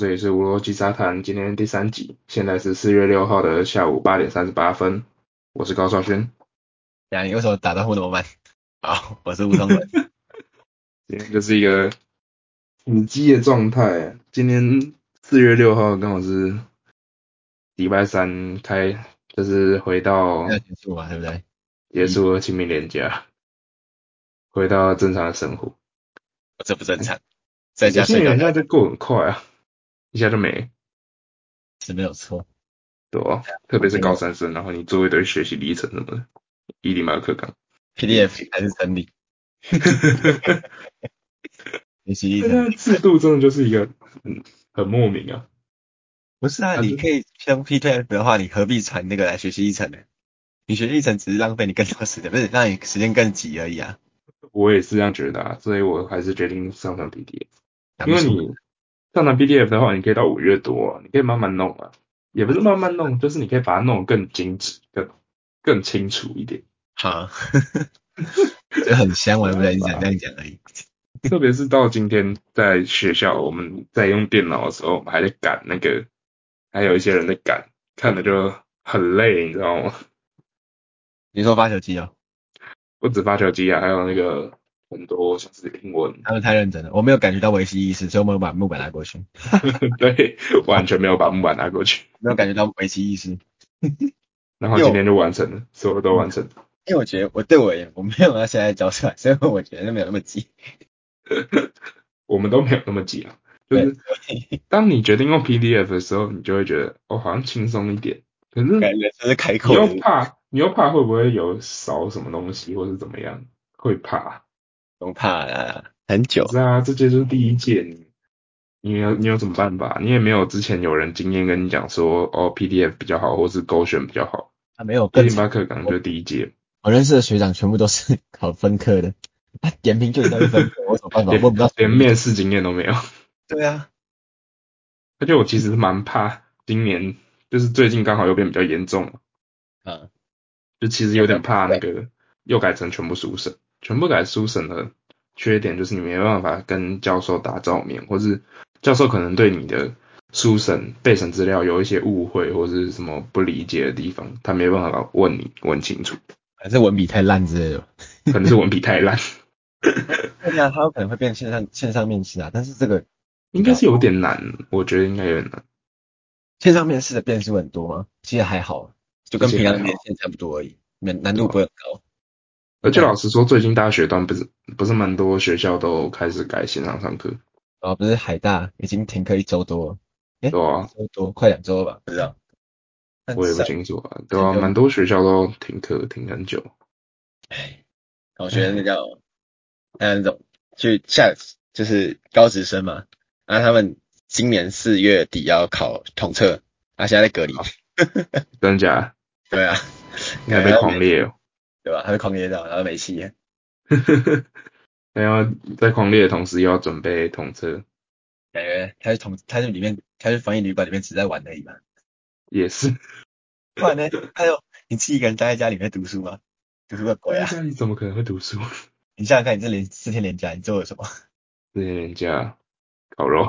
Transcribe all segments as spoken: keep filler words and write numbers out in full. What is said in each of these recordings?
这里是无逻辑沙谈，今天第三集，现在是四月六号的下午八点三十八分，我是高少轩。 呀，你为什么打招呼那么慢？好，我是吴宗伦。 今天就是一个死机的状态，今天四月六号刚好是礼拜三开，就是回到要结束嘛，对不对？ 结束了清明连假，回到正常的生活。 这不正常，在你的清明家睡觉连假就过很快啊，一下就没， 是没有错。 对啊，特别是高三生，然后你做一堆学习历程什么的，一零八课纲。 P D F 还是整理，学习历现程在制度真的就是一个嗯很莫名啊。 不是啊？ 啊这你可以像 P D F 的话，你何必传那个来学习历程呢？你学习历程只是浪费你更多时间，不是让你时间更急而已啊。 我也是这样觉得啊，所以我还是决定上传 P D F。因当初为你上传 P D F 的话，你可以到五月多啊，你可以慢慢弄啊，也不是慢慢弄，就是你可以把它弄得更精致、更更清楚一点。 好，就很香， 没对不对？你想这办法， 样讲而已。 特别是到今天在学校，我们在用电脑的时候，我们还在赶那个，还有一些人在赶，看的就很累，你知道吗？ 你说发球机哦？ 不止发球机啊，还有那个很多像是英文， 他们太认真了，我没有感觉到危机意识，所以我没有把木板拿过去。 对，完全没有把木板拿过去， 没有感觉到危机意识， 然后因为我今天就完成了，所有都完成了。 因为我觉得我对我而言，我没有要现在交出来，所以我觉得没有那么急。 我们都没有那么急啊，就对， 是当你决定用 P D F 的时候，你就会觉得哦，好像轻松一点。可是感觉这是开你口的， 又怕，你又怕会不会有少什么东西，或是怎么样，会怕。 不怕啦，很久。 可是啊，这届就是第一届，你你有你有什么办法？你也没有之前有人经验跟你讲说哦 P D F 比较好，或是勾选比较好。 他没有一零更长。 八课纲就我是第一届， 我认识的学长全部都是考分科的，他点评就已经到一分科，我有什么办法？ 连问不到什么意见。 连面试经验都没有。 对啊， 而且我其实蛮怕今年，就是最近刚好又变比较严重了， 嗯， 就其实有点怕那个又改成全部书审，全部改书审的缺点就是你没办法跟教授打照面，或是教授可能对你的书审备审资料有一些误会或是什么不理解的地方，他没办法问你问清楚， 还是文笔太烂之类的。 可能是文笔太烂， 对啊，他有可能会变线上线上面试啊，但是这个你看应该是有点难，我觉得应该有点难， 线上面试的变数很多吗？其实还好，就其跟平常实还好， 连线差不多而已，难难度不对吧？ 会很高。 而且但老实说，最近大学端不是不是蛮多学校都开始改线上上课， 哦，不是海大已经停课一周多了，诶，一对啊， 周多，快两周了吧？不知道。但我也不上清楚啊，对啊， 前就， 蛮多学校都停课停很久， 唉，我觉得那唉， 叫，还有那种去下就是高职生嘛，然后他们今年四月底要考统测，啊，现在在隔离。 真假对啊， 应该被感觉他没狂猎哦， 对吧？他被狂噎到，然后没戏。 然后在狂猎的同时又要准备统测， 感觉他是同他是里面他是防疫旅馆里面只在玩而已嘛， 也是， 不然呢？还有你自己一个人待在家里面读书吗？读书个鬼啊！ 待在家里怎么可能会读书？ 你想想看，你这连四天连假你做了什么？ 这些人家烤肉，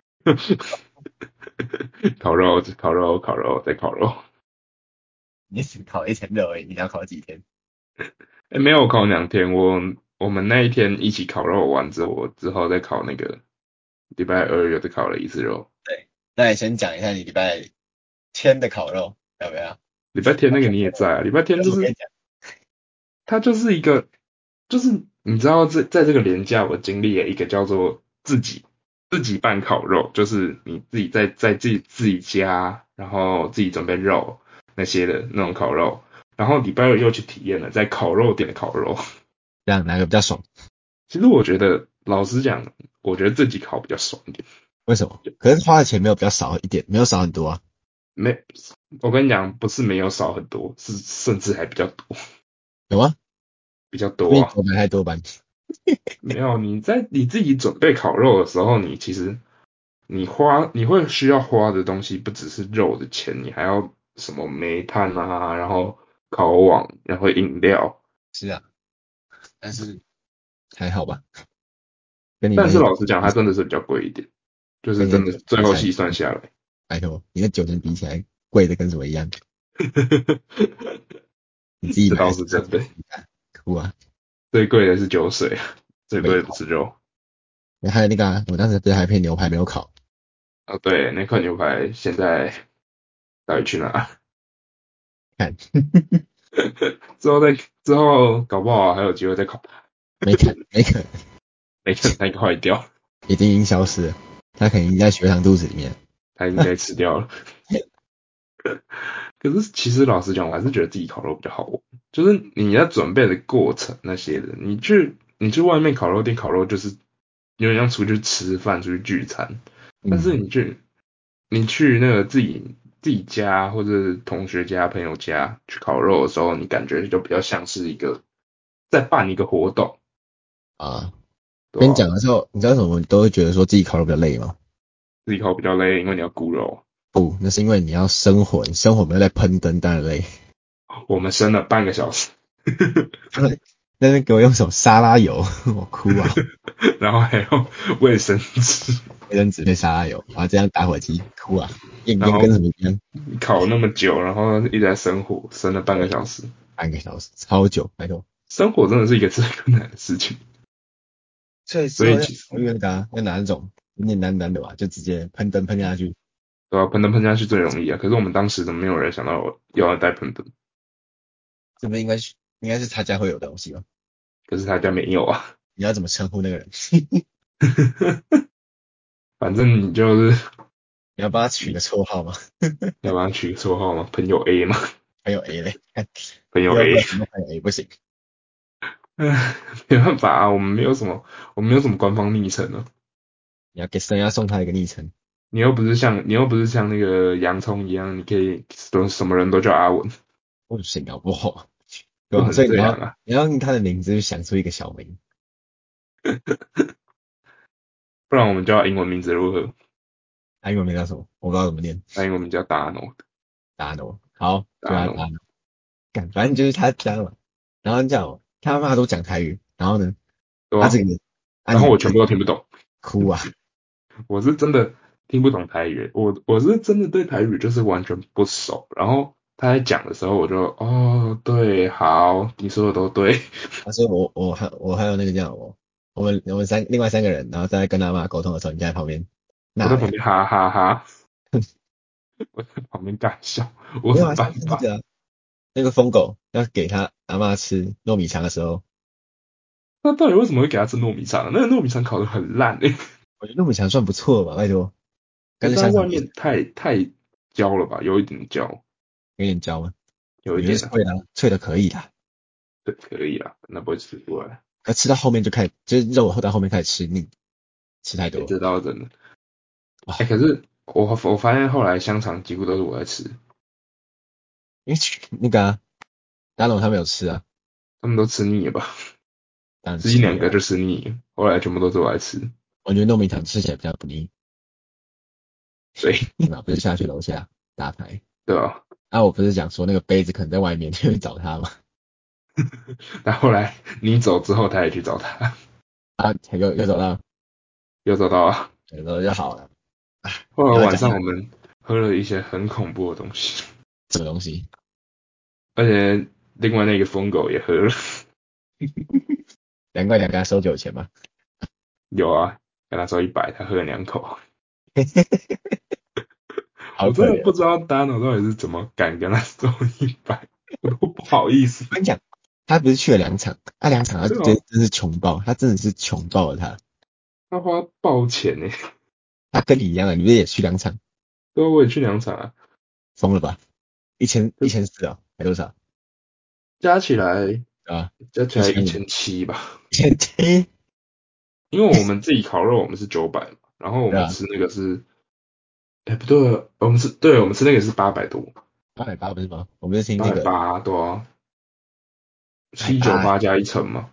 烤肉，烤肉，烤肉，再烤肉。 你只考一天六而已，你要考几天？ 哎，没有烤两天，我我们那一天一起烤肉完之后，我之后再烤那个礼拜二又再烤了一次肉。 对，那你先讲一下你礼拜天的烤肉有没有？ 礼拜天那个你也在啊，礼拜天就是我跟你讲， 它就是一个，就是你知道在在这个年假我经历了一个叫做自己自己办烤肉，就是你自己在在自己自己家，然后自己准备肉那些的那种烤肉，然后礼拜二又去体验了在烤肉店的烤肉。 这样哪个比较爽？ 其实我觉得老实讲，我觉得自己烤比较爽一点。 为什么？可是花的钱没有比较少一点，没有少很多啊。 没，我跟你讲，不是没有少很多，是甚至还比较多， 有吗？ 比较多啊。 你我买太多吧？ 没有，你在你自己准备烤肉的时候，你其实你花你会需要花的东西不只是肉的钱，你还要什么煤炭啊，然后烤网，然后饮料。 是啊，但是还好吧，跟你但是们老实讲，它真的是比较贵一点。 就是真的跟人家最后细算下来， 拜托，你跟酒精比起来贵的跟什么一样？你自己这倒买的是真的。 哭啊！ 最贵的是酒水，最贵没， 的不是肉。 还有那个啊，我当时不是还配牛排没有烤， 哦，对，那块牛排现在到底去哪？ 看之后再之后搞不好还有机会再烤它， 没啃没啃， 没等它坏掉， 已经已经消失了，它肯定在学长肚子里面。 它应该吃掉了。可是其实老实讲，我还是觉得自己烤肉比较好玩，就是你在准备的过程那些的，你去你去外面烤肉店烤肉就是有点像出去吃饭、出去聚餐，但是嗯你去你去那个自己自己家或者是同学家、朋友家去烤肉的时候，你感觉就比较像是一个在办一个活动， 啊，跟你对吧？ 讲的时候，你知道为什么我们都会觉得说自己烤肉比较累吗？ 自己烤比较累，因为你要顾肉。 不，那是因为你要生火，你生火没有在喷灯，当然累。 我们生了半个小时， 他们那边给我用什么沙拉油，我哭啊！ 然后还要卫生纸， 卫生纸配沙拉油，然后这样打火机，哭啊！验验跟然后什么一样？ 烤那么久，然后一直在生火，生了半个小时。 半个小时，超久，拜托。 生火真的是一个最困难的事情， 所以之后要所以其实我那个啊，要拿那种简简单单的吧，就直接喷灯喷下去。 对吧、喷灯喷下去最容易啊。可是我们当时怎么没有人想到要带喷灯？ 这不应该是应该是他家会有的东西吗？ 可是他家没有啊。 你要怎么称呼那个人？ 反正你就是你要帮他取个绰号吗？ 要帮他取个绰号嘛，朋友 A 嘛， 还有 A 嘞， 朋友要不 A。 然什么还有 A 不行？ 唉，没办法啊，我们没有什么，我们没有什么官方昵称啊。 你要给生要送他一个昵称， 你又不是像你又不是像那个洋葱一样，你可以都什么人都叫阿文， 不行好不好？对吧？ 不能所以你要这样啊。 你要用他的名字去想出一个小名。 不然我们叫英文名字如何？ 他英文名叫什么？我不知道怎么念。 他英文名叫 Dano，Dano。 达诺，好，就他达诺。干，反正就是他家嘛。然后这样，他妈都讲台语，然后呢， 对吧？ 他这个，啊你然后我全部都听不懂， 哭啊！ 我是真的听不懂台语，我我是真的对台语就是完全不熟。然后他在讲的时候，我就哦对，好，你说的都对。 他说我我还我还有那个叫我我们我们三另外三个人，然后在跟他妈沟通的时候，你在旁边我在纳凉。 旁边哈哈哈，我在旁边干笑，我有什么没有啊， 办法？ 是那个啊那个疯狗要给他阿妈吃糯米肠的时候， 那到底为什么会给他吃糯米肠？那个糯米肠烤的很烂诶、欸， 我觉得糯米肠算不错吧，拜托， 可跟着是它外面香肠比太太焦了吧，有一点焦， 有点焦吗？我觉得有一点啊。 是脆的啊，脆的可以啦。 对，可以啦，那不会吃出来。 可吃到后面就开始，就是肉后到后面开始吃腻，吃太哎、 多了这倒是真的。哎、 啊。 可是我我发现后来香肠几乎都是我在吃， 因为那个啊，达龙他没有吃啊， 他们都吃腻了吧？ 当然吃一吃腻了。 两个就吃腻了，后来全部都是我在吃。 我觉得糯米肠吃起来比较不腻， 对对吧？不是下去楼下打牌。 对吧？ 啊，我不是讲说那个杯子可能在外面，就去找他嘛。 但后来你走之后，他也去找他， 啊，又又走到， 又找到了。 有时候就好了。啊， 后来晚你要讲上我们喝了一些很恐怖的东西， 什么东西？ 而且另外那个疯狗也喝了。 难怪你要跟他收酒钱嘛。 有啊，跟他说一百，他喝了两口。我真的好可怜。 不知道 Dano 到底是怎么敢跟他收一百，我都不好意思。 我跟你讲，他不是去了两场，他两场他对啊， 真真是穷爆，他真的是穷爆了他。 他花爆钱呢。 他跟你一样啊，你不是也去两场？ 对啊，我也去两场啊， 疯了吧？一千一就千四啊，还多少？ 加起来啊， 加起一千五， 来一千七吧。 一千七， 因为我们自己烤肉，我们是九百嘛，然后我对吧？ 们吃那个是，哎不对，我们是，对，我们吃那个是八百多， 八百八不是吗？我们是听八那个百八，对啊，七九八百八， 八加一层嘛。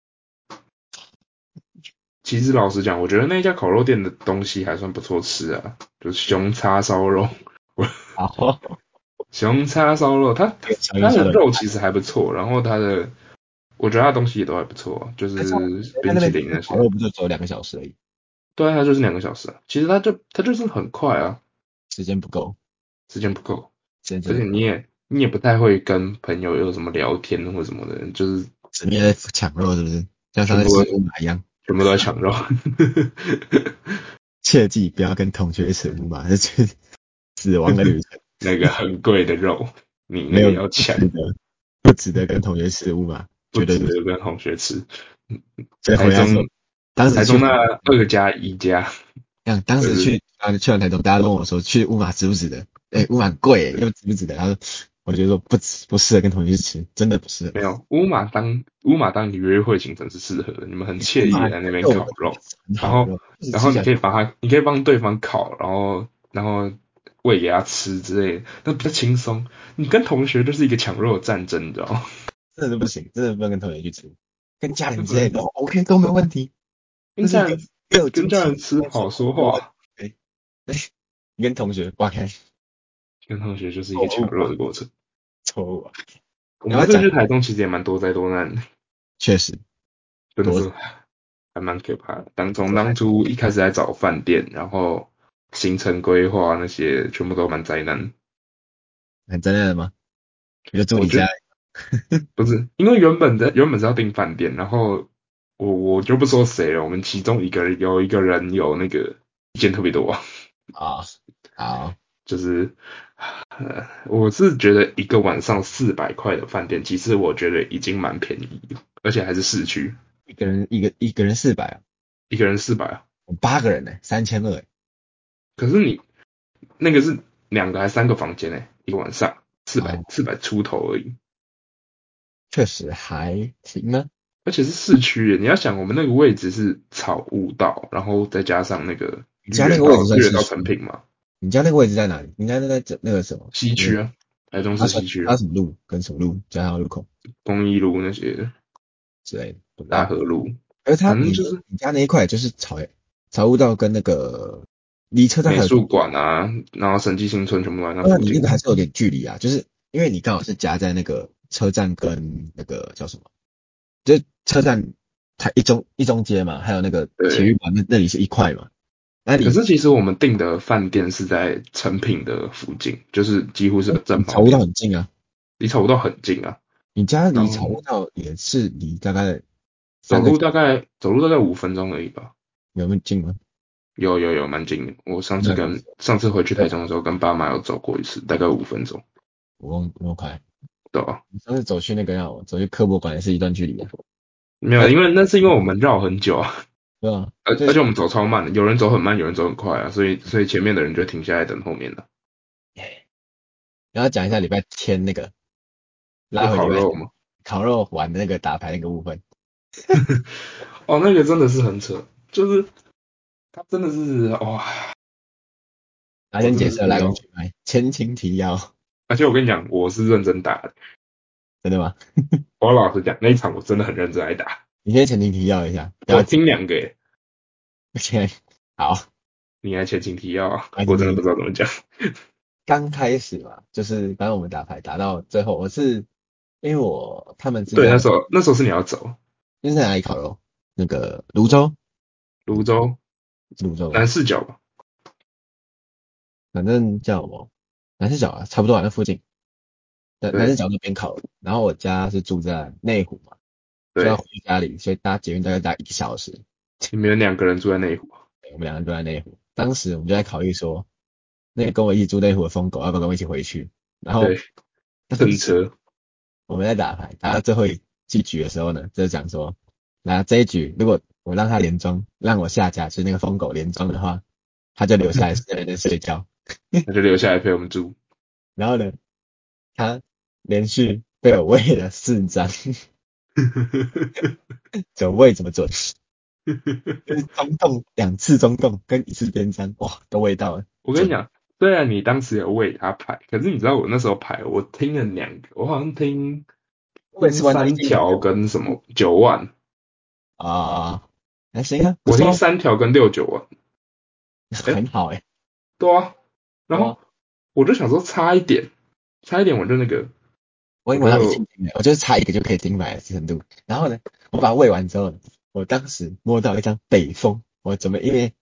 其实老实讲，我觉得那家烤肉店的东西还算不错吃啊，就是熊叉烧肉。我好， 熊叉烧肉，它它这个小营它的销的， 肉其实还不错，然后它的，我觉得它的东西也都还不错，就但是我是冰淇觉得他那边淋那些。 烤肉不就只有两个小时而已？ 对啊，它就是两个小时啊。其实它就它就是很快啊， 时间不够， 时间不够，而时间真的不够， 且你也你也不太会跟朋友有什么聊天或什么的，就是整天在抢肉是不是？像上全部都次吃乌马一样， 全部都在抢肉。 切记不要跟同学吃乌马，这是死亡的旅程， 那个很贵的肉，你那个没有不要抢， 值得，不值得跟同学吃乌马， 不绝对不值。 值得跟同学吃。 所以台中回来之后，当时去台中那二加一加， 像当时就是去啊去完台中，大家都问我说去乌马值不值得？哎、乌马很贵、欸，又值不值得？他说，我就说不值，不适合跟同学去吃，真的不适合。 没有乌马当乌马当你约会行程是适合的，你们很惬乌马意地在那边肉烤肉， 很然后好的肉，就是然后你吃起来可以帮他，你可以帮对方烤，然后然后喂给他吃之类的，那比较轻松。你跟同学就是一个抢肉的战争，你知道吗？ 真的是不行，真的不能跟同学去吃，跟家那不能人之类的 OK 都没有问题。这是一个跟家人更有跟惊喜， 家人吃但是好说没有问话， 题。哎、你跟同学挖开跟同学就是一个抢错误啊， 肉的过程。 错误啊！ 我们然后讲这次去台中其实也蛮多灾多难的， 确实多真的是还蛮可怕的。当从当初一开始在找饭店，然后行程规划那些，全部都蛮灾难。 很真的吗？我就住你家， 我觉得不是，因为原本的原本是要订饭店，然后我我就不说谁了，我们其中一个人有一个人有那个意见特别多， 啊，好， 就是呃，我是觉得一个晚上四百块的饭店，其实我觉得已经蛮便宜了，而且还是市区， 一个人一个一个人四百啊， 一个人四百啊。 我八个人呢、三千二， 可是你那个是两个还三个房间诶，一个晚上四百哦， 四百出头而已， 确实还行呢。 而且是市区耶。你要想，我们那个位置是草悟道，然后再加上那个你绿园道， 家那个位置算绿园道市区吗？ 成品嘛， 你家那个位置在哪里？你家那在这那个什么？那个西区啊，台中市它算西区啊， 它什么路跟什么路？加号路口公益路那些之类的，不知道。 大河路， 而它你反正就是你家那一块就是草草悟道跟那个离车站还有， 美术馆啊，然后审计新村全部都在那那你那附近。 个还是有点距离啊，就是因为你刚好是夹在那个车站跟那个叫什么，就是车站它一中一中街嘛，还有那个体育对， 馆那那里是一块嘛，那你可是其实我们订的饭店是在成品的附近，就是几乎是个正你草悟道旁边， 很近啊， 离草悟道很近啊。 你家离然后草悟道也是离大概走三个路大概走路大概五分钟而已吧。 有没有近吗？ 有有有，蛮近的。我上次那个跟上次回去台中的时候，跟爸妈有走过一次，大概五分钟， 我忘我快， 对吧？ 你上次走去那个让我走去科博馆也是一段距离啊， 没有， 那因为那是因为我们绕很久啊， 对吧？ 而就是而且我们走超慢的，有人走很慢，有人走很快啊，所以所以前面的人就停下来等后面的。 然后讲一下礼拜天那个就拉回礼拜天烤肉嘛， 烤肉玩的那个打牌那个部分， 哦，那个真的是很扯，就是他真的是哇， 然后我先解释了来真的是要， 龙去脉，前情提要， 而且我跟你讲，我是认真打的， 真的吗？ 我老实讲，那一场我真的很认真来打， 你先前情提要一下，不我要紧， 听两个耶， 先好， 你还前情提要啊，我真的不来听听。 知道怎么讲。 刚开始嘛，就是刚刚我们打牌打到最后，我是因为我他们是对，那在时候那时候是你要走， 就是在哪里烤肉？那个泸州， 泸州南泸州吧， 四角吧， 反正叫我南势角啊，差不多啊，那附近。南南势对角那边烤，然后我家是住在内湖嘛，就要对， 回家里，所以搭捷运大概搭一个小时。 你们有两个人住在内湖， 对我们两个人都在内湖，当时我们就在考虑说，那个跟我一起住内湖的疯狗要不要跟我一起回去？然后对， 当时蹭车， 我们在打牌，打到最后一一局的时候呢，就是讲说，那这一局如果我让他连庄，让我下家，就是那个疯狗连庄的话，他就留下来在那边睡觉。 那就留下来陪我们住。 然后呢，他连续被我喂了四张，怎么喂怎么准，就是中洞两次中洞跟一次边张，哇，都喂到了，准。 我跟你讲，虽然你当时有为他排，可是你知道我那时候排，我听了两个，我好像听听我也是玩到一点三条跟什么九万， 啊，还行啊，不我听错， 三条跟六九万，哎， 很好哎、 对啊，然对啊， 后我就想说差一点，差一点我就那个，我我已经玩到一进就金了，我就是差一个就可以金牌的程度。然后呢，我把它喂完之后呢，我当时摸到一张北风，我准备因为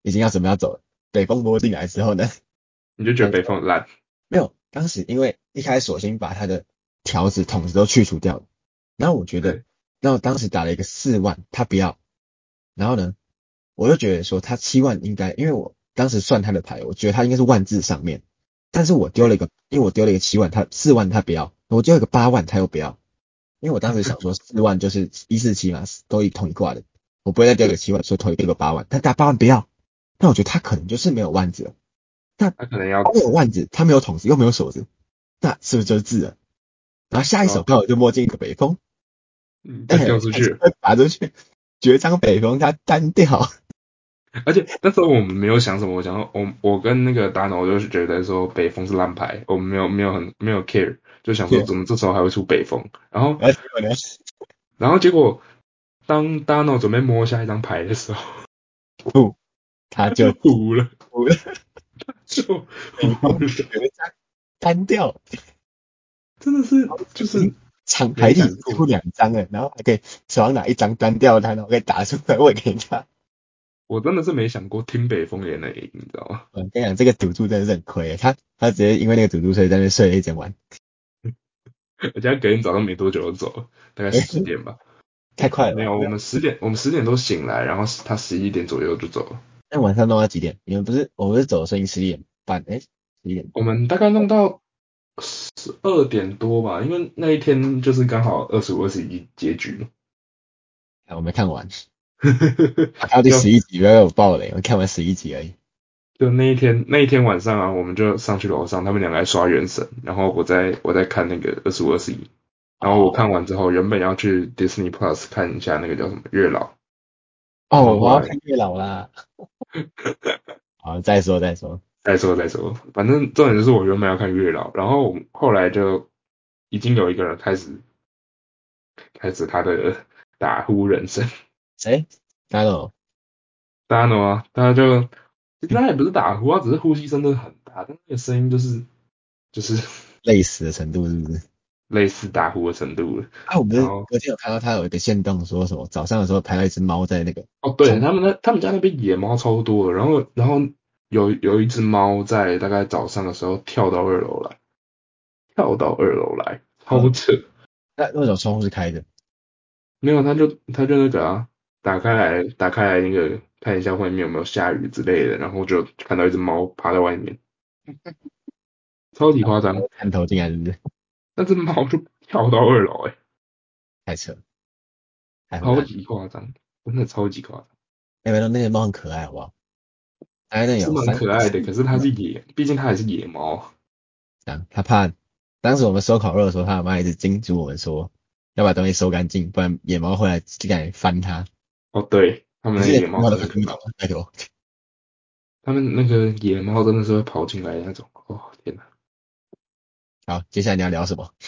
已经要准备要走了，北风摸进来之后呢， 你就觉得北风很烂。 没有，当时因为一开始索性把它的条子筒子都去除掉了，然后我觉得， 对， 然后当时打了一个四万，他不要，然后呢，我就觉得说他七万应该，因为我当时算他的牌，我觉得他应该是万字上面，但是我丢了一个，因为我丢了一个七万，他四万他不要，我丢了一个八万他又不要，因为我当时想说四万就是一四七嘛，都一同一挂的，我不会再丢个七万，所以投一个八万，但打八万不要，那我觉得他可能就是没有万字了，那他可能要他没有纸。 万字，他没有筒子又没有手子，那是不是就是字了？然后下一手哦， 刚好就摸进一个北风， 嗯，就哎， 丢出去了。 打出去，绝张北风他单调， 而且那时候我们没有想什么，我想说，我我跟那个大脑就是觉得说北风是烂牌，我们没有没有很没有 care，就想说怎么这时候还会出北风，然后然后结果呢， 然后结果当大脑准备摸下一张牌的时候， 不，他他就就糊了， 不了， 就北风糊了， 绝张单调， 真的是就是已经场没牌地想过， 已经出两张了，然后还可以手上拿一张单调的单，然后可以打出来喂给人家。 我真的是没想过听北风也能赢，你知道吗？ 我跟你讲，这个赌注真的是很亏，他他直接因为那个赌注，所以在那边睡了一整晚， 而且他隔天早上没多久就走了，大概十点吧。 太快了吧？ 没有，我们十点我们十点都醒来，然后他十一点左右就走了。 那晚上弄到几点？你们不是我不是走的时候已经十一点半，哎，十一点， 我们大概弄到十二点多吧，因为那一天就是刚好二十五、二十一结局。 哎，我没看完，我看到第十就一集，不要给我爆雷，我看完十一集而已。 就那一天那一天晚上啊，我们就上去楼上，他们两个在刷原神，然后我在我在看那个二十五、二十一，然后我哦看完之后，原本要去 Disney Plus 看一下那个叫什么月老，然后哦，我后来要看月老啦。好，再说再说。 再说再说，反正重点就是我原本要看月老，然后后来就已经有一个人开始开始他的打呼人生。 谁 h e l 大家懂吗？他就其实他也不是打呼，他只是呼吸声真的很大，但那个声音就是就是累死的程度是不是？ 类似打呼的程度了。 啊，我不是然后隔天有看到他有一个线动说什么，早上的时候拍到一只猫在那个哦，对， 空， 他们那他们家那边野猫超多的，然后然后有有一只猫在大概早上的时候跳到二楼来，跳到二楼来，超嗯， 扯。 那那种窗户是开的， 没有，他就他就那个啊，打开来打开来那个看一下外面有没有下雨之类的，然后就看到一只猫趴在外面，超级夸张。 探头进来是不是？ 那只猫就跳到二楼，哎， 太扯，太胡超乱。 级夸张，真的超级夸张。 那边那个猫很可爱，好不好？哎，那是蛮有三可爱的，可是它有是野，毕竟它还是野猫。 这样，他怕当时我们收烤肉的时候，他妈一直叮嘱我们说要把东西收干净，不然野猫会来就敢翻它。 哦，对，他们可是连这句话那个野猫都听不懂， 真的很可怕， 拜托。 他们那个野猫真的是会跑进来的那种。哦，天哪！ 好，接下来你要聊什么？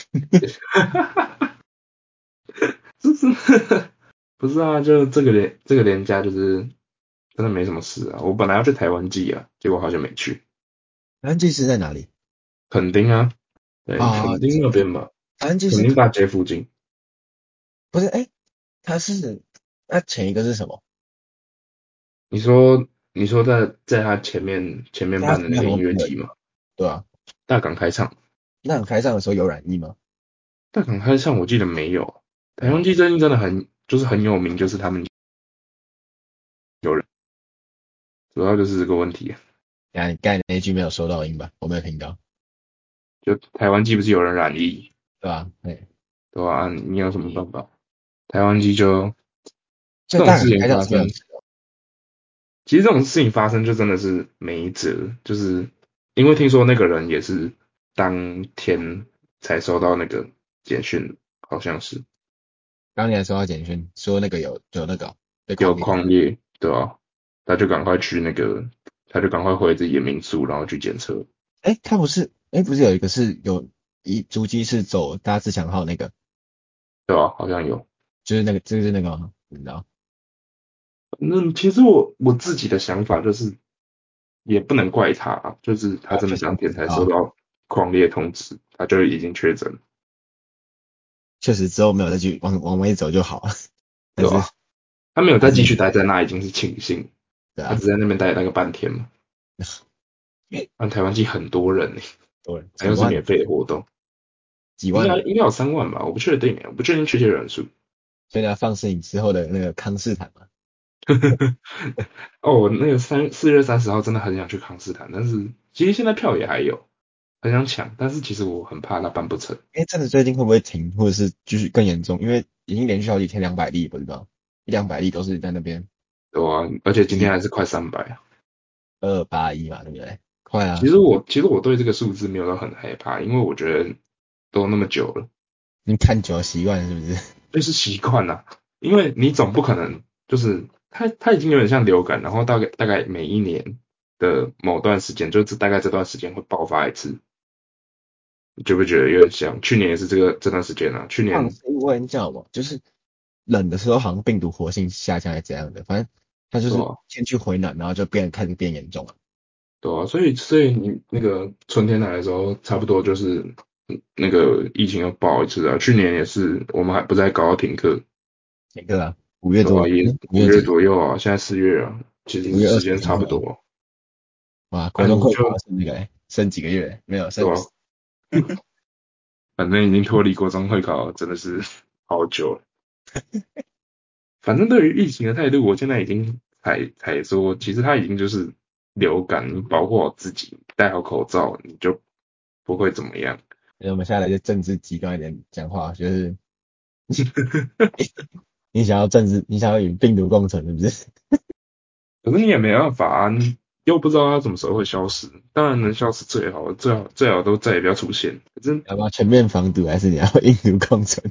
就是不是啊？就这个连这个连假就是真的没什么事啊。我本来要去台湾记啊，结果好像没去。 安居是在哪里？ 垦丁啊，对， 啊， 垦丁那边吧， 安居是垦丁大街附近。 不是？哎，他是那前一个是什么？ 你说你说在在他前面前面他办的那个音没有什么人， 乐季吗？ 对吧？ 大港开唱。 那你开唱的时候有染疫吗？ 大港开唱我记得没有。台没有。 湾季最近真的很就是很有名，就是他们有人，主要就是这个问题。 等下你刚才那一句没有收到音吧？我没有听到， 就台湾季不是有人染疫， 对吧？对， 对吧？啊你有什么办法？台湾季就这种事所以大港情发生， 开唱是没有事哦。 其实这种事情发生就真的是没辙，就是因为听说那个人也是当天才收到那个简讯，好像是刚才收到简讯说那个有有那个哦被有狂烈， 矿业，对吧？他就赶快去那个，他就赶快回自己的民宿，然后去检测， 哎，他不是，哎，不是有一个是有一足迹是走大自强号那个， 对吧？好像有。 就是那个就是那个，你知道？ 那其实我我自己的想法就是，也不能怪他啊，就是他啊， 真的确实当天才啊， 收到狂烈通知，他就已经确诊， 确实之后没有再去往往回走就好了，但是对吧？他没有再还是继续待在那，已经是庆幸。 对啊， 他只在那边待那个半天嘛。但台湾季很多人呢、 对， 还几万有是免费的活动，应几万人， 该应该有三万吧，我不确定欸，我不确定确切人数。 所以呢，放视影之后的那个康斯坦嘛， 哦，我那个三四月三十号真的很想去康斯坦，但是其实现在票也还有，很想抢，但是其实我很怕它办不成。 哎，真的最近会不会停，或者是继续更严重？因为已经连续好几天两百例，不知道一两百例都是在那边对啊，而且今天一还是快三百啊。 二八一嘛，对不对？快啊！ 其实我其实我对这个数字没有到很害怕，因为我觉得都那么久了， 你看久了习惯是不是？ 就是习惯啦。因为你总不可能就是它它已经有点像流感，然后大概大概每一年的某段时间，就是大概这段时间会爆发一次，你觉不觉得有点像？去年也是这个这段时间啊，去年好像是因为你知道吗？就是冷的时候好像病毒活性下降还是怎样的，反正它就是对啊天气回暖，然后就变开始变严重了。 对啊，所以所以你那个春天来的时候，差不多就是嗯那个疫情又爆一次啊。去年也是，我们还不在搞到停课， 哪个啊？五月对吧？ 多， 也诶五五月月几？ 左右啊，现在四月啊，其五月二十实时间几号啊。 差不多哇， 啊。 国中会考你就是那个诶，剩几个月？没有，剩对吧？反正已经脱离国中会考真的是好久了。反正对于疫情的态度，我现在已经才才说，其实它已经就是流感，你保护好自己，戴好口罩，你就不会怎么样。 那我们下来就政治极端一点讲话，就是你想要政治，你想要与病毒共存，是不是？ 可是你也没办法啊，你又不知道它什么时候会消失。当然能消失最好，最好最好都再也不要出现。可是要不要全面防毒，还是你要病毒共存？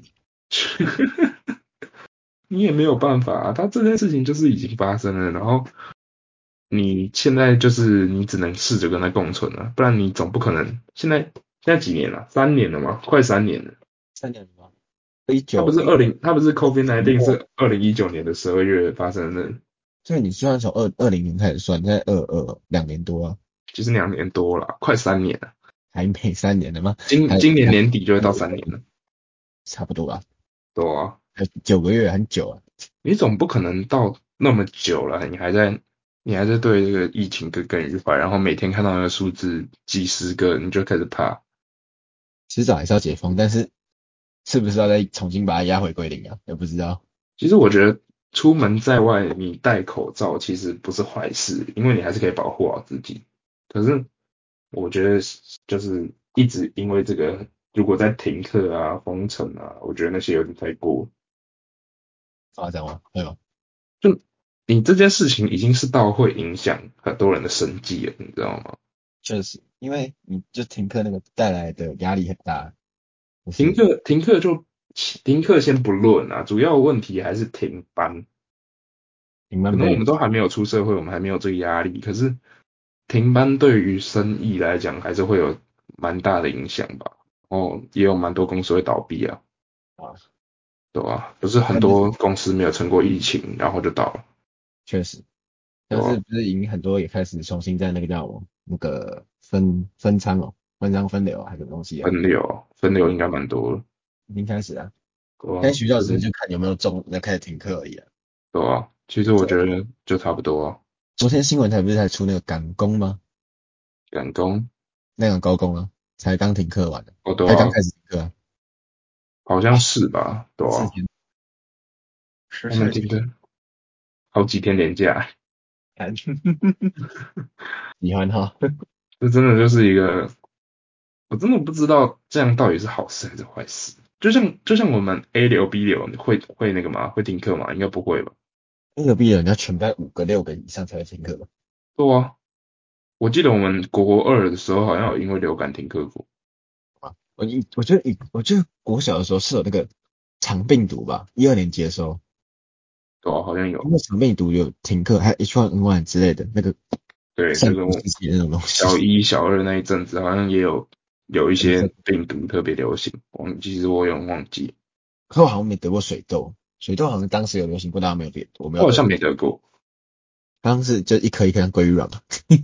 你也没有办法啊，它这件事情就是已经发生了，然后你现在就是你只能试着跟它共存了，不然你总不可能现在现在几年了？三年了吗？快三年了。 三年吗？一它不九一是二零，它不是 COVID 十九末， 是二零一九年的十二月发生的， 所以你虽然从二二零年开始算，现在二二两年多啊， 其实两年多了，快三年了。 还没三年了吗？还今今年两年底就会到三三年了， 差不多吧， 对啊。 还九个月，很久啊。 你总不可能到那么久了，你还在你还在对这个疫情耿耿于怀，然后每天看到那个数字几十个，你就开始怕。 迟早还是要解封，但是是不是要再重新把它压回归零啊？也不知道。 其实我觉得出门在外，你戴口罩其实不是坏事，因为你还是可以保护好自己。可是我觉得就是一直因为这个，如果在停课啊、封城啊，我觉得那些有点太过。 发展吗？对吗？ 就你这件事情已经是到会影响很多人的生计了，你知道吗？ 确实，因为你就停课那个带来的压力很大，不是？ 停课停课就停课先不论啊，主要问题还是停班。 你们被可能我们都还没有出社会，我们还没有这个压力，可是停班对于生意来讲还是会有蛮大的影响吧。哦，也有蛮多公司会倒闭啊， 啊， 对吧？不是很但是多公司没有撑过疫情，然后就倒了， 确实， 对吧？ 但是不是已经很多也开始重新在那个叫那个分分仓哦，分仓分流啊还是什么东西啊？ 分流分流应该蛮多的， 已经开始啊。 对吧？ 现在学校可是只是就看有没有中，再开始停课而已啊。 对吧？其实我觉昨得就差不多啊， 昨天新闻台不是才出那个赶工吗？ 赶工。 那个高工啊，才刚停课完的， 哦，对啊， 才刚开始停课啊， 好像是吧？对啊， 四天，十四天， 他们停课好几天连假， 看喜欢哈。 这真的就是一个，我真的不知道这样到底是好事还是坏事。就像就像我们 A 流 B 流会会那个吗？会停课吗？应该不会吧？ 那个毕业人家全班五个六个以上才会停课吧？ 对啊，我记得我们国二的时候好像有因为流感停课过。 我一我觉得一我觉得国小的时候是有那个肠病毒吧，一二年级的时候， 对啊，好像有。 因为肠病毒有停课，还有 H one N one 之类的那个对， 上那个我古时期的那种东小西。 一小二那一阵子好像也有有一些真的病毒特别流行，忘其实我有点忘记， 可我好像没得过水痘，水痘好像当时有流行过，但我没有得，我没有我好像得过。 没得过。 好像是就一颗一颗像鲑鱼卵嘛。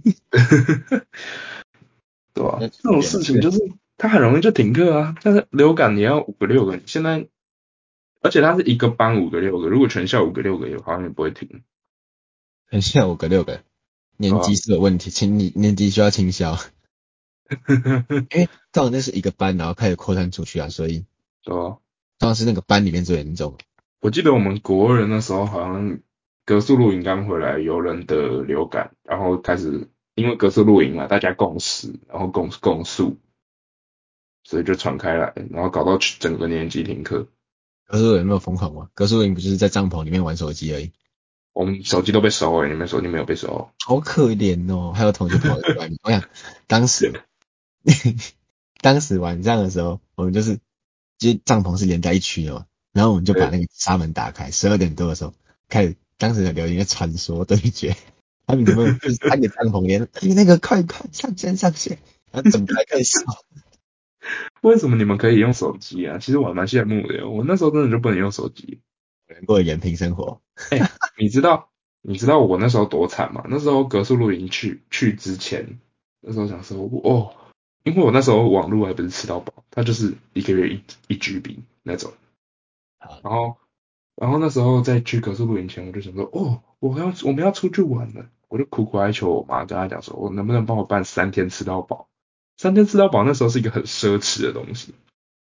对吧？ 那这种边这个事情就是它很容易就停课啊，但是流感你要五个六个，现在而且它是一个班五个六个，如果全校五个六个也好像也不会停。 很像五个六个，年级是有问题，请你年级需要清消，因为通常那是一个班，然后开始扩散出去啊，所以对啊， 通常是那个班里面最严重。 我记得我们国二那时候好像格宿露营刚回来，有人得流感，然后开始因为格宿露营嘛，大家共食，然后共共宿，所以就传开来，然后搞到整个年级停课。 格数有没有疯狂吗？格数营不就是在帐篷里面玩手机而已， 我们手机都被收了，你们手机没有被收？ 好可怜哦。还有同学跑在外面，我想当时当时晚上的时候，我们就是就帐篷是连在一区的嘛，然后我们就把对， 那个纱门打开，十二点多的时候开始，当时的流行的传说对决，他们有没有就是三个帐篷连，哎那个快快上线上线，然后整排开始烧， 为什么你们可以用手机啊？其实我还蛮羡慕的，我那时候真的就不能用手机。 过延平生活。 哎，你知道你知道我那时候多惨吗？那时候格数露营去去之前，那时候想说哦，因为我那时候网络还不是吃到饱，它就是一个月一一 G B 那种， 好， 然后然后那时候在去格数露营前，我就想说哦，我要我们要出去玩了，我就苦苦哀求我妈，跟她讲说，我能不能帮我办三天吃到饱？三天吃到饱那时候是一个很奢侈的东西。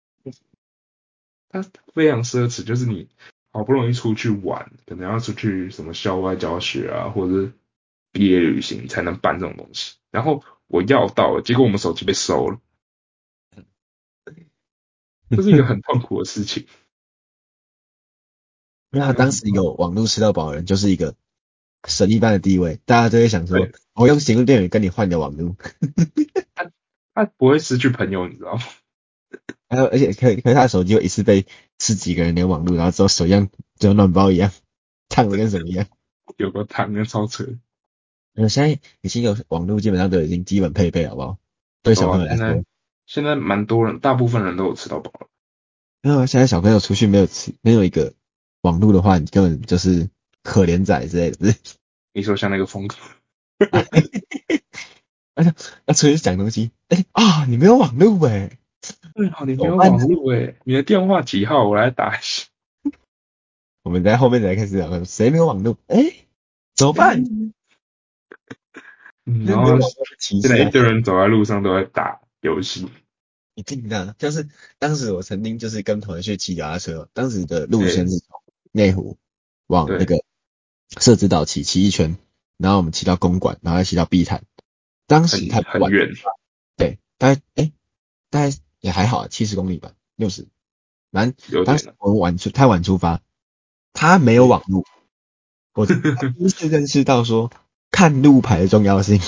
它非常奢侈，就是你好不容易出去玩，可能要出去什么校外教学啊，或者是毕业旅行才能办这种东西。然后我要到了，结果我们手机被收了，这是一个很痛苦的事情。 因为他还有什么？ 当时有网络吃到饱的人，就是一个神一般的地位，大家都会想说， 对， 我用行动电源跟你换你的网络， 他他不会失去朋友，你知道吗？ 还有而且可以，可是他的手机会一次被十几个人连网络，然后之后手一样就暖包一样，烫的跟什么一样。 有个糖跟超车， 呃，现在已经有网络，基本上都已经基本配备，好不好？对小朋哦， 友来说， 现在现在蛮多人，大部分人都有吃到饱了。 因为现在小朋友出去没有吃，没有一个网络的话，你根本就是可怜仔之类的，不是？ 你说像那个风格， 而且要出去讲东西，哎、啊，你没有网络哎、 对好，你没怎么办呢？ 有网络诶，你的电话几号？我来打一下。 我们在后面才开始讲，谁没有网络？哎、怎么办？ 嗯，嗯这然后没有网络的歧视啊！ 现在一堆人走在路上都在打游戏。 一定的，就是当时我曾经就是跟同学去骑脚踏车，当时的路线哎， 是从内湖往那对， 个社子岛骑，骑一圈，然后我们骑到公馆，然后再骑到碧潭。当时很太晚， 很远， 对，大概哎，大概也还好，七十公里吧，六十。反正当时有点了。 我们晚出，太晚出发，他没有哎， 网路，我第一次认识到说看路牌的重要性。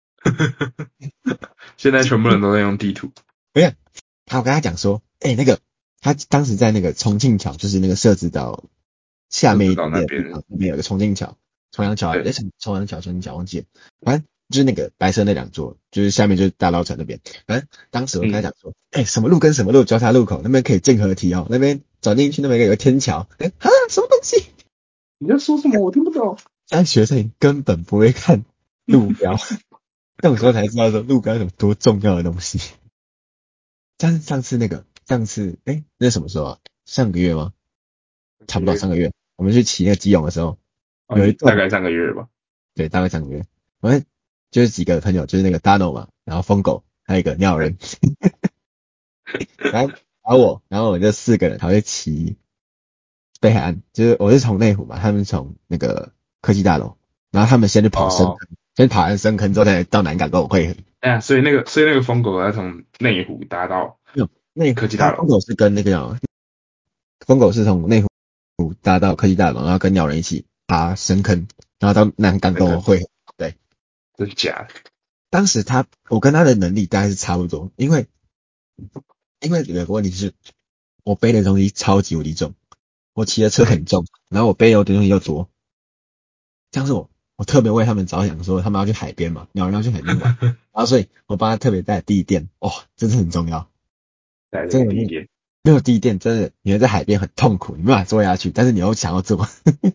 现在全部人都在用地图， 没有，他我跟他讲说，哎、那个他当时在那个重庆桥，就是那个社子岛下就知面一点道那边。 点的地方，那边有个重庆桥，重阳桥还对， 是什么重阳桥、重庆桥忘记了，反正就是那个白色那两座，就是下面就是大稻城那边。反正当时我跟他嗯， 讲说，哎、什么路跟什么路交叉路口，那边可以正合体哦，那边转进去那边有个天桥，哎、啊，什么东西？ 你在说什么？我听不懂。 现在学生根本不会看路标，那种时候才知道说路标有多重要的东西。像是上次那个，上次哎、欸那是什么时候啊？上个月吗？差不多上个月，我们去骑那个基隆的时候， 哦， 有一段， 大概上个月吧。 对，大概上个月，我们就是几个朋友，就是那个 Dano 嘛，然后疯狗，还有一个鸟对， 人，然后然后我，然后我就四个人，还会骑北海岸，就是我是从内湖嘛，他们从那个科技大楼，然后他们先去跑深哦， 坑，先跑完深坑之后再到南港跟我会合。 哎呀，所以那个，所以那个疯狗要从内湖搭到没有，内科技大楼。 他疯狗是跟那个叫疯狗是从内湖搭到科技大楼，然后跟鸟人一起爬深坑，然后到南港那个跟我会合。对， 真假的？ 当时他我跟他的能力大概是差不多，因为因为有个问题是，我背的东西超级无敌重，我骑的车很重，然后我背的东西又多，像是我我特别为他们着想，说他们要去海边嘛，鸟人要去海边玩，然后所以我帮他特别带地垫，哇、哦，真的很重要， 带了真的没有个地垫。 没有地垫，真的你会在海边很痛苦，你没办法坐下去，但是你又想要坐，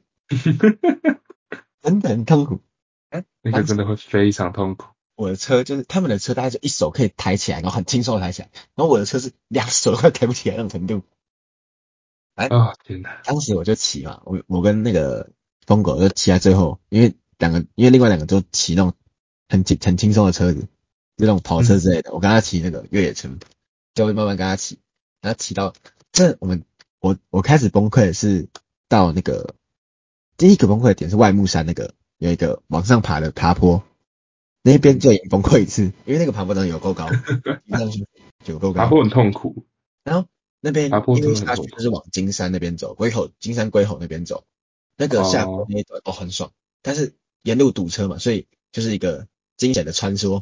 真的很痛苦。哎，当时那个真的会非常痛苦。 我的车就是他们的车，大概就一手可以抬起来，然后很轻松的抬起来，然后我的车是两手都快抬不起来那种程度。哎， 啊、天哪！ 当时我就骑嘛，我我跟那个疯狗就骑在最后，因为两个，因为另外两个都骑那种很轻很轻松的车子，就那种跑车之类的，我跟他骑那个越野车，就会慢慢跟他骑，然后骑到这我们我我开始崩溃的是到那个第一个崩溃的点是外木山那个有一个往上爬的爬坡，那边就已经崩溃一次，因为那个爬坡真的有够高，一上去有够高， 爬坡很痛苦， 然后那边爬坡因为真的很痛苦。 下去就是往金山那边走，龟口金山龟吼那边走，那个下坡哦， 那一段都很爽，但是沿路堵车嘛，所以就是一个惊险的穿梭，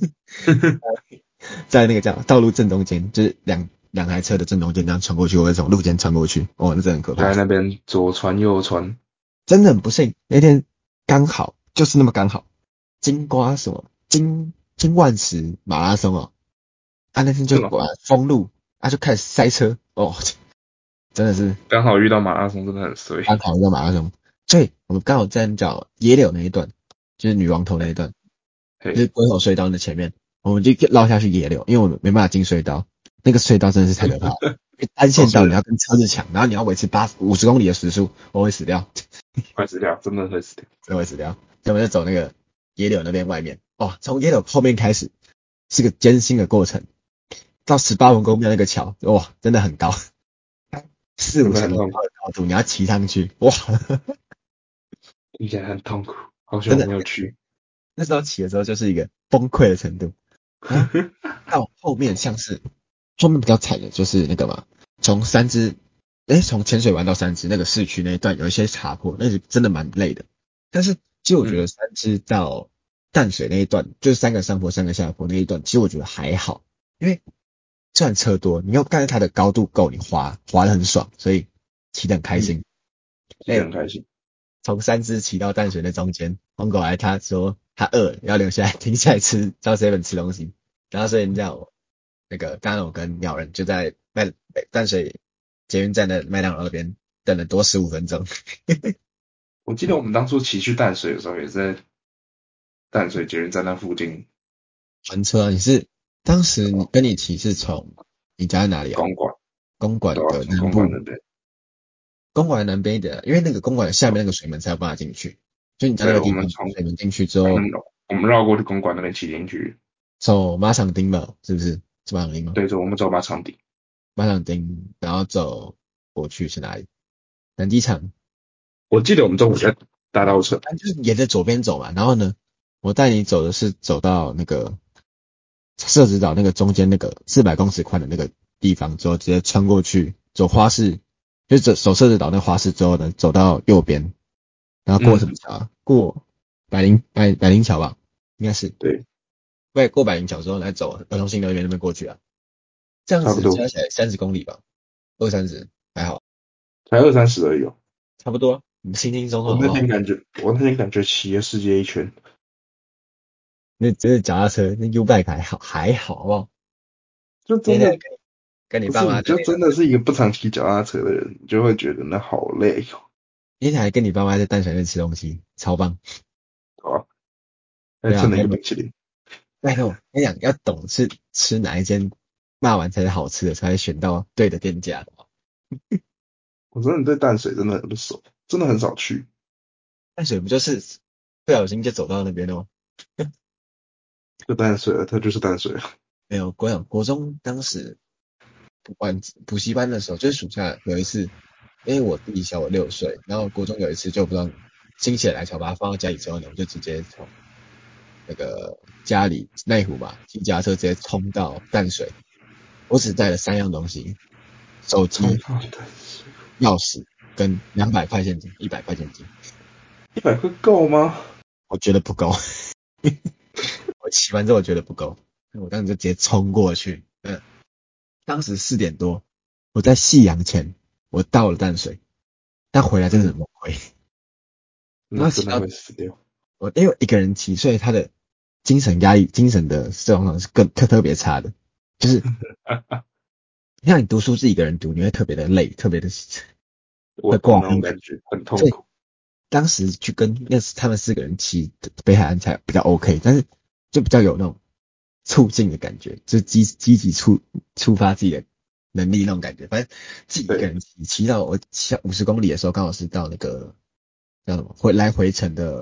在那个叫道路正中间，就是两两台车的正中间这样穿过去，我会从路肩穿过去，哦，那真的很可怕， 在那边左穿右穿， 真的很不幸，那天刚好就是那么刚好，金瓜什么金金万石马拉松哦，啊那天就是吗？ 果然封路，啊就开始塞车，哦，真的是。 刚好遇到马拉松，真的很衰。 刚好一个马拉松，所以我们刚好在叫野柳那一段，就是女王头那一段，就是嘿， 龟吼隧道的前面，我们就绕下去野柳，因为我们没办法进隧道，那个隧道真的是太可怕了，因为单哦是， 线道你要跟车子抢，然后你要维持八五十公里的时速，我会死掉， 快死掉，真的会死掉。 真的会死掉。所以我们就走那个野柳那边外面，哦，从野柳后面开始是个艰辛的过程，到十八文公庙那个桥，哇，真的很高，四真五十楼高的很痛苦， 的高度，你要骑上去，哇， 听起来很痛苦，好久真的。 没有去。 那时候骑的时候就是一个崩溃的程度，然后到后面像是后面比较惨的就是那个嘛，从三支，诶，从浅水湾到三支那个市区那一段有一些爬坡，那是真的蛮累的。但是其实我觉得嗯， 三支到淡水那一段，就是三个上坡三个下坡那一段，其实我觉得还好，因为虽然车多，你又看它的高度够，你滑滑得很爽，所以骑得很开嗯， 心。 骑得哎， 很开心。 从三只骑到淡水的中间，黄狗来他说他饿了要留下来停下来吃，到 seven 吃东西，然后所以你知道我那个刚刚我跟鸟人就在麦淡水捷运站的麦当劳那边等了多十五分钟， 我记得我们当初骑去淡水的时候，也是在淡水捷运站那附近还车啊！你是当时你跟你骑是从你家在哪里啊？ 公馆， 公馆对吧、 的从南部， 公馆那边。 公馆的南边一点啊，因为那个公馆下面那个水门才有办法进去，就你家那对， 个地方我们从水门进去之后， 我们我们绕过去公馆那边骑进去， 走马场町吧，是不是？是马场町吗？ 对着我们走马场地。 马场町，然后走过去是哪里？南机场， 我记得我们中午在大稻城， 反正就是沿着左边走嘛。然后呢，我带你走的是走到那个社子岛那个中间那个四百公尺宽的那个地方之后，直接穿过去走花市，就是走走社子岛那个花市之后呢，走到右边，然后过什么嗯， 桥啊？过百灵百百灵桥吧，应该是。 对， 对，过百灵桥之后来走儿童新乐园那边过去啊。这样差不多， 子加起来三十公里吧，二三十还好， 才二三十而已哦。 差不多，你轻轻松松我那好不好？ 天感觉，我那天感觉骑了世界一圈， 那只是脚踏车，那 U bike 还好，还好，好不好？ 就真的那天跟你跟你不是， 爸妈你就在那个， 真的是一个不常骑脚踏车的人，你就会觉得那好累哦， 那天还跟你爸妈在淡水那吃东西，超棒。 好吧？还对啊， 蹭了一还有， 个冰淇淋。 拜托，跟你讲，要懂是吃哪一间骂完才是好吃的，才会选到对的店家。 我真的对淡水真的很不熟，真的很少去。 淡水不就是不小心就走到那边了吗？ 就淡水了，它就是淡水了。 没有，国小国中当时晚补习班的时候，就是暑假有一次，因为我弟小我六岁，然后国中有一次就不知道心血来潮把他放到家里之后呢，我就直接从那个家里内湖嘛，骑脚踏车直接冲到淡水。我只带了三样东西：手机、 冲到淡水， 钥匙跟两百块现金，一百块现金。 一百块够吗？ 我觉得不够，我骑完之后我觉得不够，我当时就直接冲过去。嗯，当时四点多，我在夕阳前我到了淡水，但回来真的嗯， 很崩溃。然后骑到那真的会死掉。 我因为一个人骑，所以他的精神压力、精神的状况是更特特别差的，就是像你读书自己一个人读，你会特别的累，特别的会我懂那种挂晕。 感觉，很痛所以苦。 当时去跟那他们四个人骑北海岸才比较 OK，但是就比较有那种促进的感觉，就积积极触触发自己的能力那种感觉。反正自己一个对， 人骑，骑到我骑五十公里的时候，刚好是到那个叫什么回来回程的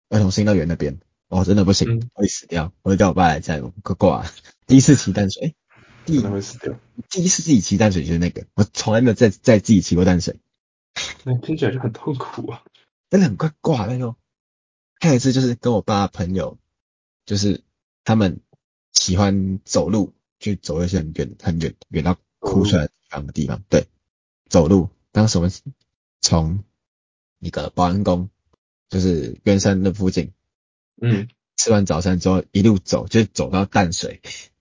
儿童新乐园那边，哦，真的不行， 嗯， 会死掉，我会叫我爸来载我，快挂了。第一次骑淡水，诶真的第会死掉。 第一次自己骑淡水就是那个，我从来没有再再自己骑过淡水， 那听起来就很痛苦啊。 真的很快挂那种。还有一次就是跟我爸朋友，就是他们喜欢走路，去走一些很远很远远到走路。 哭出来的地方的地方，对，走路。当时我们从那个保安宫，就是圆山那附近， 嗯， 吃完早餐之后一路走，就走到淡水，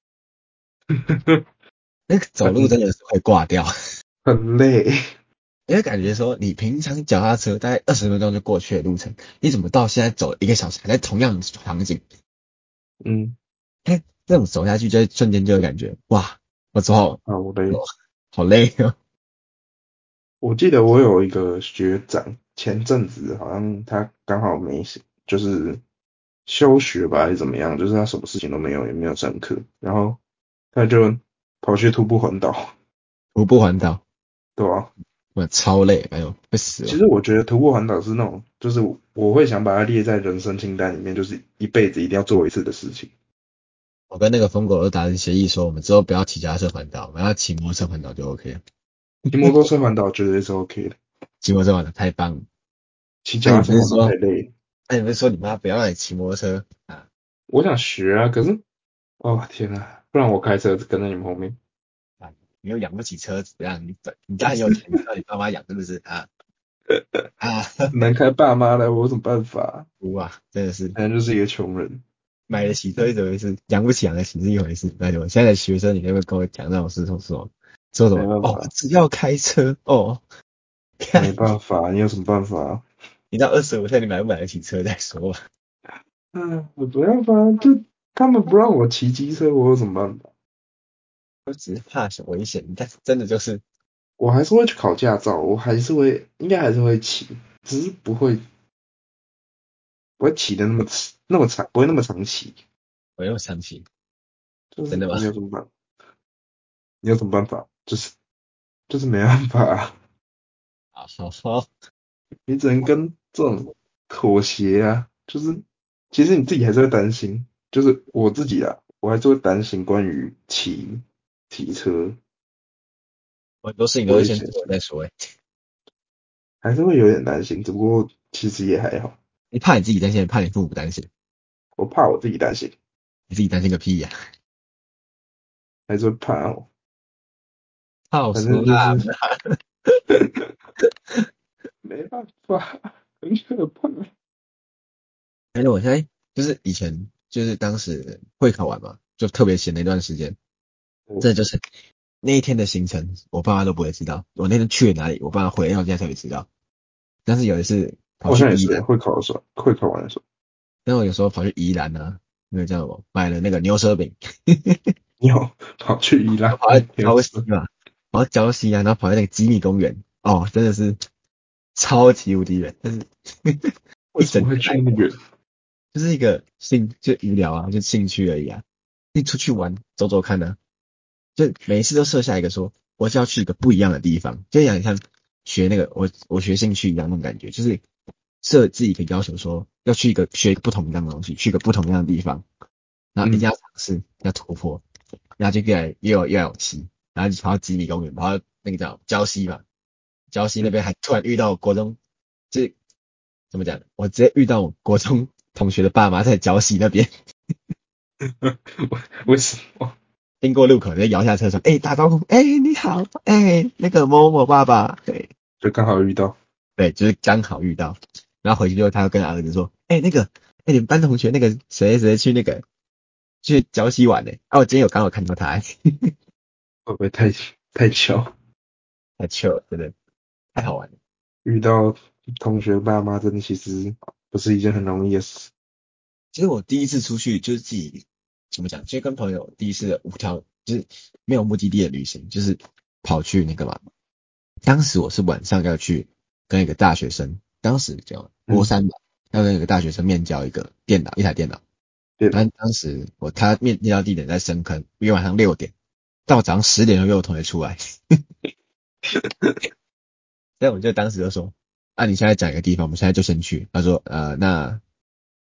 那个走路真很的是会挂掉， 很累。 因为感觉说你平常脚踏车大概二十分钟就过去的路程，你怎么到现在走一个小时还在同样的场景？ 嗯， 哎，这种走下去就会瞬间就有感觉，哇，我走好， 好累。 好累哦。 我记得我有一个学长，前阵子好像他刚好没事，就是休学吧，还是怎么样，就是他什么事情都没有，也没有上课，然后他就跑去徒步环岛。 徒步环岛， 对啊。 我超累，哎呦，会死了。 其实我觉得徒步环岛是那种，就是我会想把它列在人生清单里面，就是一辈子一定要做一次的事情。 我跟那个疯狗都达成协议说，我们之后不要骑脚踏车环岛，我们要骑摩托车环岛就 OK 了。 骑摩托车环岛绝对是 OK 的， 骑摩托车环岛太棒了。 骑那、你脚踏车环岛太不是说， 累了。 那、你不是说你妈不要让你骑摩托车啊？ 我想学啊，可是哦天呐，不然我开车跟在你们后面。 啊，你又养不起车子，这样你你家很有钱，你让你爸妈养是不是啊？啊， 能开爸妈的，我有什么办法？ 哭啊，真的是反正就是一个穷人。 买得起车是怎么回事，养不起养得起是一回事。拜托，现在的学生，你能不能跟我讲这种事？说什么说什么？哦，我没办法。 只要开车哦，看没办法，你有什么办法？ 你到二十五岁，你买不买得起车再说吧。 嗯，我没办法，就他们不让我骑机车，我有什么办法？ 我只是怕是危险，但是真的就是我还是会去考驾照，我还是会，应该还是会骑，只是不会不会骑的那么那么长，不会那么长骑。 我又想起， 就是真的吗？ 你有什么办？你有什么办法？就是就是没办法啊， 好好好， 你只能跟这种妥协啊。就是其实你自己还是会担心，就是我自己啊，我还是会担心关于骑骑车我很多事情都是危险性， 先做了再说。哎， 还是会有点担心。只不过其实也还好。 你怕你自己担心，怕你父母担心， 我怕我自己担心， 你自己担心个屁呀、 还是会怕哦。反啊！说啦， 正就是没办法，很可怕。 反正我现在就是以前就是当时会考完嘛，就特别闲的一段时间， 我这就是那一天的行程，我爸妈都不会知道。我那天去了哪里，我爸妈回到家才会知道。但是有一次跑好像也是去宜兰， 会考的时候，会考完的时候。 然后有时候跑去宜兰啊，那个叫什么，买了那个牛舌饼， 你有跑去宜兰买跑到牛舌？ 礁溪嘛，跑到礁溪啊，然后跑到那个吉米公园，哦，真的是超级无敌远，但是一为什么会整天来去那么远？ 就是一个兴就无聊啊，就兴趣而已啊。一出去玩走走看呢、就每一次都设下一个说我是要去一个不一样的地方，就像你看学那个我我学兴趣一样那种感觉，就是设自己一个要求说要去一个学一个不同样的东西，去一个不同样的地方，然后一定嗯， 要尝试，要突破，然后就越来越有越有勇气，然后就跑到吉米公园，跑到那个叫礁溪嘛，礁溪那边还突然遇到国中，就是怎么讲，我直接遇到我国中同学的爸妈在礁溪那边， 为为什么？ 经过路口直接摇下车窗，哎、打招呼，哎、你好，哎、那个某某爸爸，对就刚好遇到。 对，就是刚好遇到，然后回去之后他又跟儿子说，哎、那个，哎、你们班同学那个谁谁谁去那个去礁溪玩呢、啊，我今天有刚好看到他、 会不会太太巧？ 太 chill 了，真的太好玩了。 遇到同学爸妈，真的其实不是一件很容易的事。 其实我第一次出去就是自己怎么讲，就是跟朋友第一次的无条，就是没有目的地的旅行，就是跑去那个嘛。当时我是晚上要去跟一个大学生，当时叫国嗯， 三吧，要跟一个大学生面交一个电脑，一台电脑。 电脑。 但当时我他面面交地点在深坑，约晚上六点，到早上十点就约我同学出来，所以我就当时就说，啊，你现在讲一个地方，我们现在就先去。他说，呃，那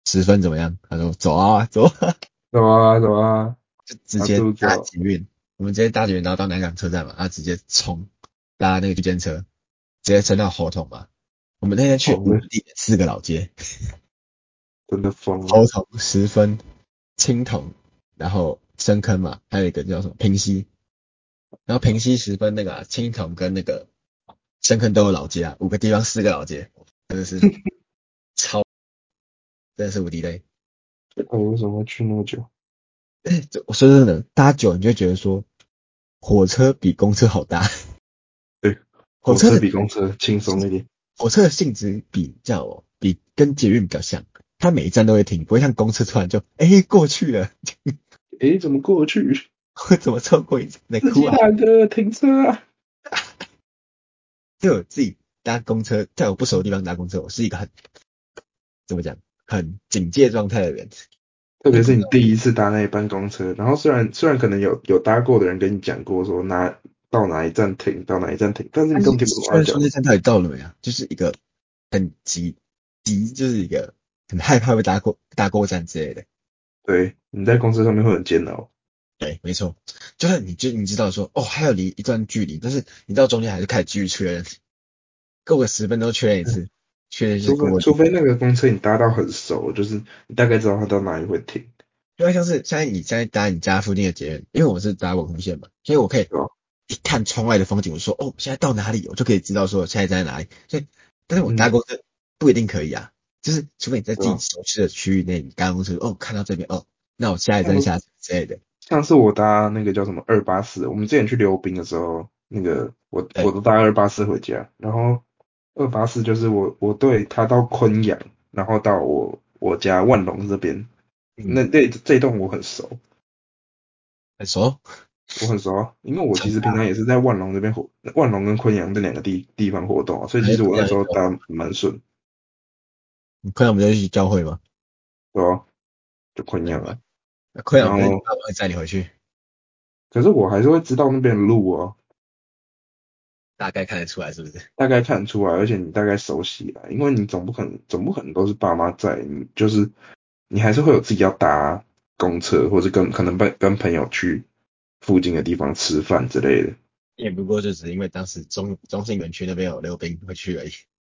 十分怎么样？他说走啊走啊， 走啊走啊， 就直到接搭处走。 捷运，我们直接搭捷运，然后到南港车站嘛，他直接冲搭那个区间车，直接升到猴硐嘛。我们那天去哦，那五个地点四个老街， 真的疯了。 猴硐、十分、青铜，然后深坑嘛，还有一个叫什么平溪，然后平溪十分那个、啊、青铜跟那个深坑都有老街啊，五个地方四个老街，真的是超，真的是无敌累。 我为什么会去那么久？ 这我说真的，搭久你就会觉得说，火车比公车好搭， 对， 火车的火车比公车轻松一点。 火车的性质比较比跟捷运比较像，它每一站都会停，不会像公车突然就哎、欸过去了， 诶，怎么过去？ 我怎么错过一站在司机哭啊？ 大哥，停车啊！ 就我自己搭公车，在我不熟的地方搭公车，我是一个很怎么讲，很警戒状态的人。 特别是你因为不知道第一次搭那一班公车，然后虽然虽然可能有有搭过的人跟你讲过说哪到哪一站停，到哪一站停，但是你但是根本听不懂虽然说他讲。 那站到底到了没啊，就是一个很急急，就是一个很害怕会搭过搭过站之类的。 对，你在公车上面会很煎熬。 对，没错，就算你就你知道说哦还有离一段距离，但是你到中间还是开始继续确认，过个十分钟确认一次，确认一下除非过路。 除非那个公车你搭到很熟，就是你大概知道它到哪里会停， 因为像是现在你现在搭你家附近的捷运，因为我是搭文湖线嘛，所以我可以对吧？ 一看窗外的风景，我说哦现在到哪里，我就可以知道说现在在哪里。所以，但是我搭嗯， 公车不一定可以啊，就是除非你在自己对吧？ 熟悉的区域内，你搭公车哦看到这边哦，那我下一站下车之类的。 像是我搭那个叫什么二八四，我们之前去溜冰的时候，那个我我对， 都搭二八四回家，然后二八四就是我我对它到昆阳，然后到我我家万隆这边， 嗯， 那那这一栋我很熟， 很熟， 我很熟啊，因为我其实平常搭， 常也是在万隆这边活，万隆跟昆阳这两个地地方活动啊，所以其还实我那昆阳一交， 时候搭蛮顺， 你昆阳我们就一起交汇嘛， 对吧？就昆对吧？ 阳啊， 那昆阳不是你然后爸妈会载你回去， 可是我还是会知道那边的路啊， 大概看得出来是不是？ 大概看出来，而且你大概熟悉了，因为你总不可能总不可能都是爸妈在，你就是你还是会有自己要搭公车，或者跟可能跟跟朋友去附近的地方吃饭之类的。 也不过就只是因为当时中中信园区那边有溜冰会去而已，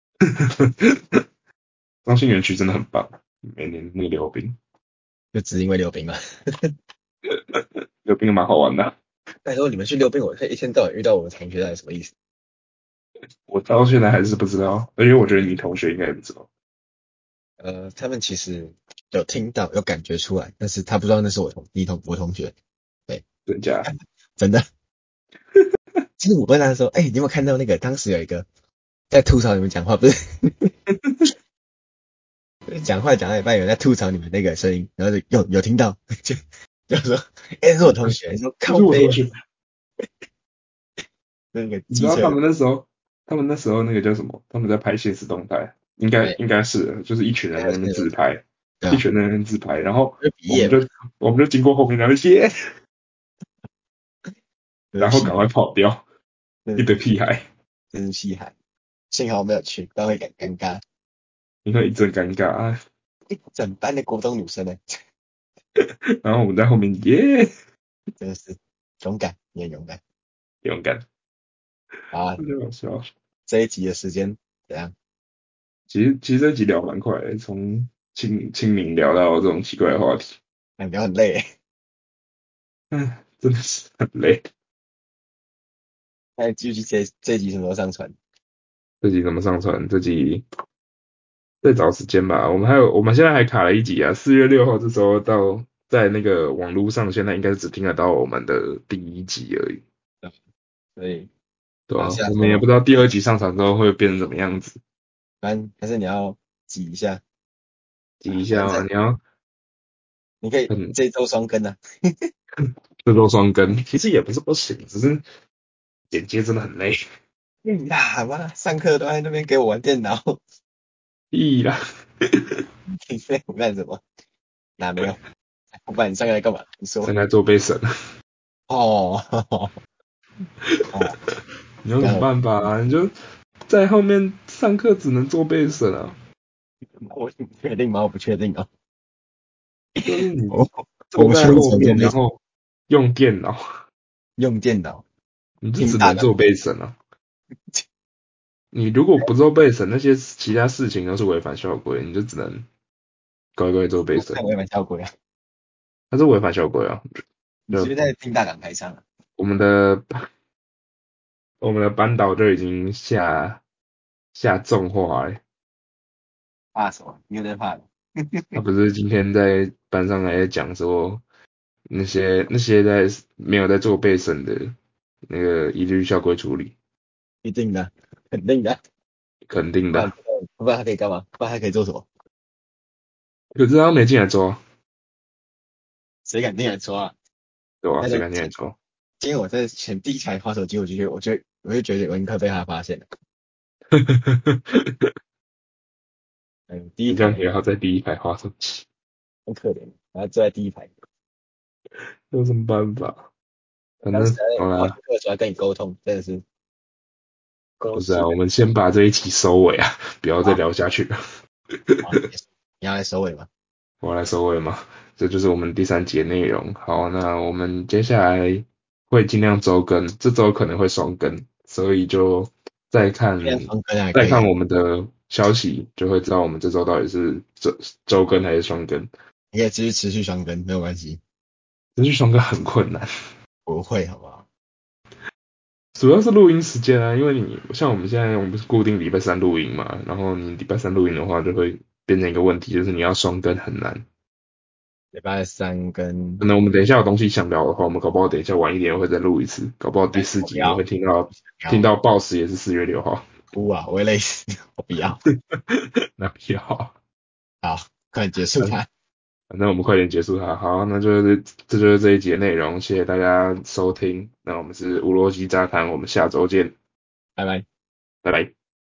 中心园区真的很棒，每年那个溜冰， 就只是因为溜冰嘛。 溜冰蛮好玩的啊。 拜托你们去溜冰，我可以一天到晚遇到我的同学，那什么意思？ 我到现在还是不知道，而且我觉得你同学应该也不知道， 呃，他们其实有听到，有感觉出来，但是他不知道那是我同你同我同学，对， 真假？ 真的。其实我问他说，哎、你有没有看到那个当时有一个在吐槽你们讲话，不是讲话讲到一半有人在吐槽你们那个声音，然后就有有听到，就就说，哎、是我同学，说不靠背是我同学， 那个你知道他机车， 们那时候，他们那时候那个叫什么？他们在拍现实动态，应该对， 应该是就是一群人在那边自拍， 对啊， 一群人在那边自拍，然后就毕业嘛， 我们就我们就经过后面，然后耶，然后赶快就是屁孩， 跑掉，一堆真的是屁孩， 真是屁孩，幸好没有去，不然会尴尴尬， 因为一阵尴尬啊， 一整班的国中女生呢， 然后我们在后面耶， 真的是勇敢，你很勇敢。 勇敢， 好啊， 真的好笑。 这一集的时间怎样？ 其实其实这集聊蛮快的，从清清明聊到这种奇怪的话题， 感觉很累欸。 唉，真的是很累。 那继续这这一集什么时候上传？ 这集怎么上传？这集再找时间吧。我们还有，我们现在还卡了一集啊，四月六号这时候到在那个网络上，现在应该只听得到我们的第一集而已， 对，所以好对吧？ 下周嘛， 我们也不知道第二集上传之后会变成怎么样子。 反正还是你要挤一下啊， 记一下嘛， 反正你要你可以很这周双更啊。 这周双更，其实也不是不行，只是剪接真的很累。 嗯呀，妈，上课都在那边给我玩电脑， 屁啦， 你在胡干什么？哪没有？不然你上课来干嘛？你说正在做备审， 哦哦， 你有什么刚好办法啊？你就在后面上课只能做备审啊。 我不确定吗？我不确定哦。 就是你我我坐在们学会后面， 怎么做背然后用电脑， 用电脑你就听大纲。 只能做备审了。你如果不做备审，那些其他事情都是违反校规，你就只能乖乖做备审。 我也蛮校规啊。 它是违反校规啊，就你是不是在听大港台上啊？ 我们的我们的班导就已经下下重话了。 怕什么？你有在怕的？ 他不是今天在班上还在讲说，那些那些在没有在做备审的那个一律校规处理， 一定的，肯定的。 肯定的。 不然不然他可以干嘛？不然他可以做什么？ 可是他没进来做啊， 谁敢进来说啊？ 对吧？ 那个谁敢进来做？ 今天我在前第一台滑手机，我就觉得，我就我就觉得我应该被他发现了。嗯，第一你这样台也要在第一排划手机， 很可怜，然后坐在第一排。 有什么办法？反正当时在滑课好啦， 的时候还跟你沟通，真的是沟通不是啊， 十分我们先把这一期收尾啊，不要再好。 聊下去了。 好，你要来收尾吗？ 我来收尾嘛，这就是我们第三节内容。好，那我们接下来会尽量周更，这周可能会双更，所以就再看这样双更还可以啊， 再看我们的消息，就会知道我们这周到底是周周更还是双更。 你可以继续持续双更，没有关系。 持续双更很困难， 不会，好不好？ 主要是录音时间啊，因为你像我们现在我们不是固定礼拜三录音嘛，然后你礼拜三录音的话，就会变成一个问题，就是你要双更很难。 礼拜三跟可能我们等一下有东西想聊的话，我们搞不好等一下晚一点会再录一次，搞不好第四集你我不要， 会听到不要， 听到 boss 也是四月六号。 哭啊，我会累死，我不要。 那不要， 好，快点结束它， 反正我们快点结束它。好，那就是这就是这一节内容，谢谢大家收听。那我们是无逻辑杂谈，我们下周见， 拜拜。 拜拜。